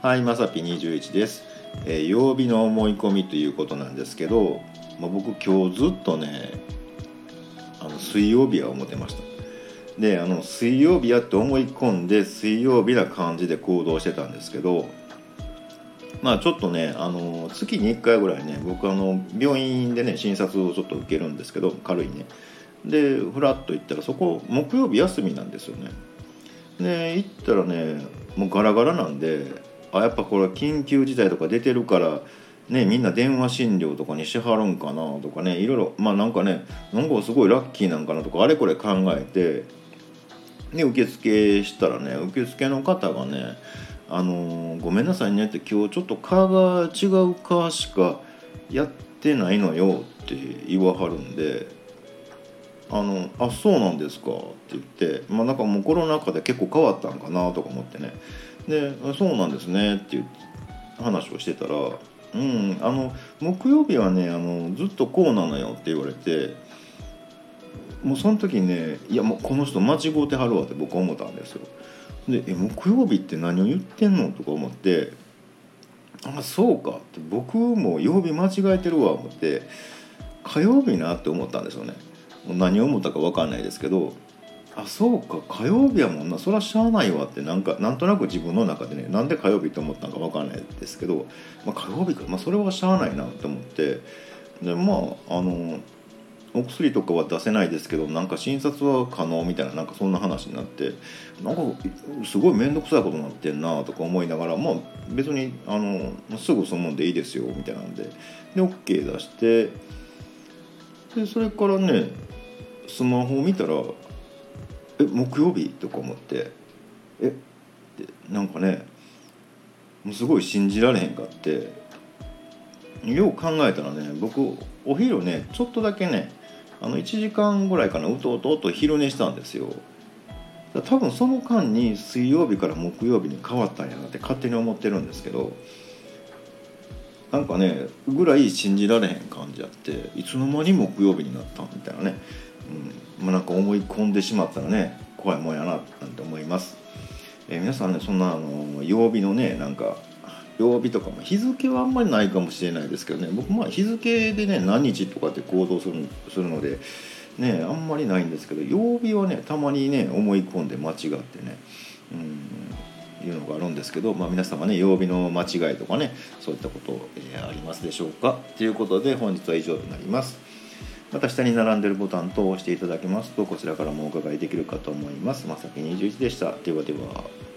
はい、まさぴ21です。曜日の思い込みということなんですけど、僕今日ずっとね、水曜日は思ってました。で、水曜日やって思い込んで水曜日な感じで行動してたんですけど、ちょっとね、月に1回ぐらいね、僕病院でね診察をちょっと受けるんですけど、軽いね。でフラッと行ったらそこ木曜日休みなんですよね。で行ったらね、もうガラガラなんで、やっぱこれは緊急事態とか出てるからね、みんな電話診療とかにしはるんかなとかね、いろいろなんかすごいラッキーなんかなとかあれこれ考えて、で受付したらね、受付の方がね、ごめんなさいねって、今日ちょっと科が違う科しかやってないのよって言わはるんで、そうなんですかって言って、なんかもうコロナ禍で結構変わったんかなとか思ってね。で、そうなんですねっていう話をしてたら、木曜日はね、ずっとこうなのよって言われて、もうその時にね、いやもうこの人間違うてはるわって僕は思ったんですよ。で、木曜日って何を言ってんのとか思って、そうかって、僕も曜日間違えてるわ思って、火曜日なって思ったんですよね。もう何を思ったか分かんないですけど、そうか火曜日やもんな、そりゃしゃあないわって、なんとなく自分の中でね、なんで火曜日と思ったのか分かんないですけど、火曜日か、それはしゃあないなって思って、でお薬とかは出せないですけど、なんか診察は可能みたいな、なんかそんな話になって、なんかすごい面倒くさいことになってんなとか思いながら、別にすぐ済むんでいいですよみたいなんで、OK 出して、でそれからね、スマホを見たら木曜日とか思って、ってなんかね、もうすごい信じられへんかって、よう考えたらね、僕お昼ねちょっとだけね、1時間ぐらいかな、うとうと昼寝したんですよ。多分その間に水曜日から木曜日に変わったんやなって勝手に思ってるんですけど、なんかねぐらい信じられへん感じあって、いつの間に木曜日になったみたいなね、なんか思い込んでしまったらね、怖いもんやななんて思います。皆さんね、そんな曜日のね、なんか曜日とかも日付はあんまりないかもしれないですけどね、僕日付でね何日とかって行動するのでね、あんまりないんですけど、曜日はねたまにね思い込んで間違ってね、いうのがあるんですけど、皆様ね、曜日の間違いとかね、そういったこと、ありますでしょうかということで、本日は以上となります。また下に並んでいるボタンと押していただけますと、こちらからもお伺いできるかと思います。まさき21でした。ではでは。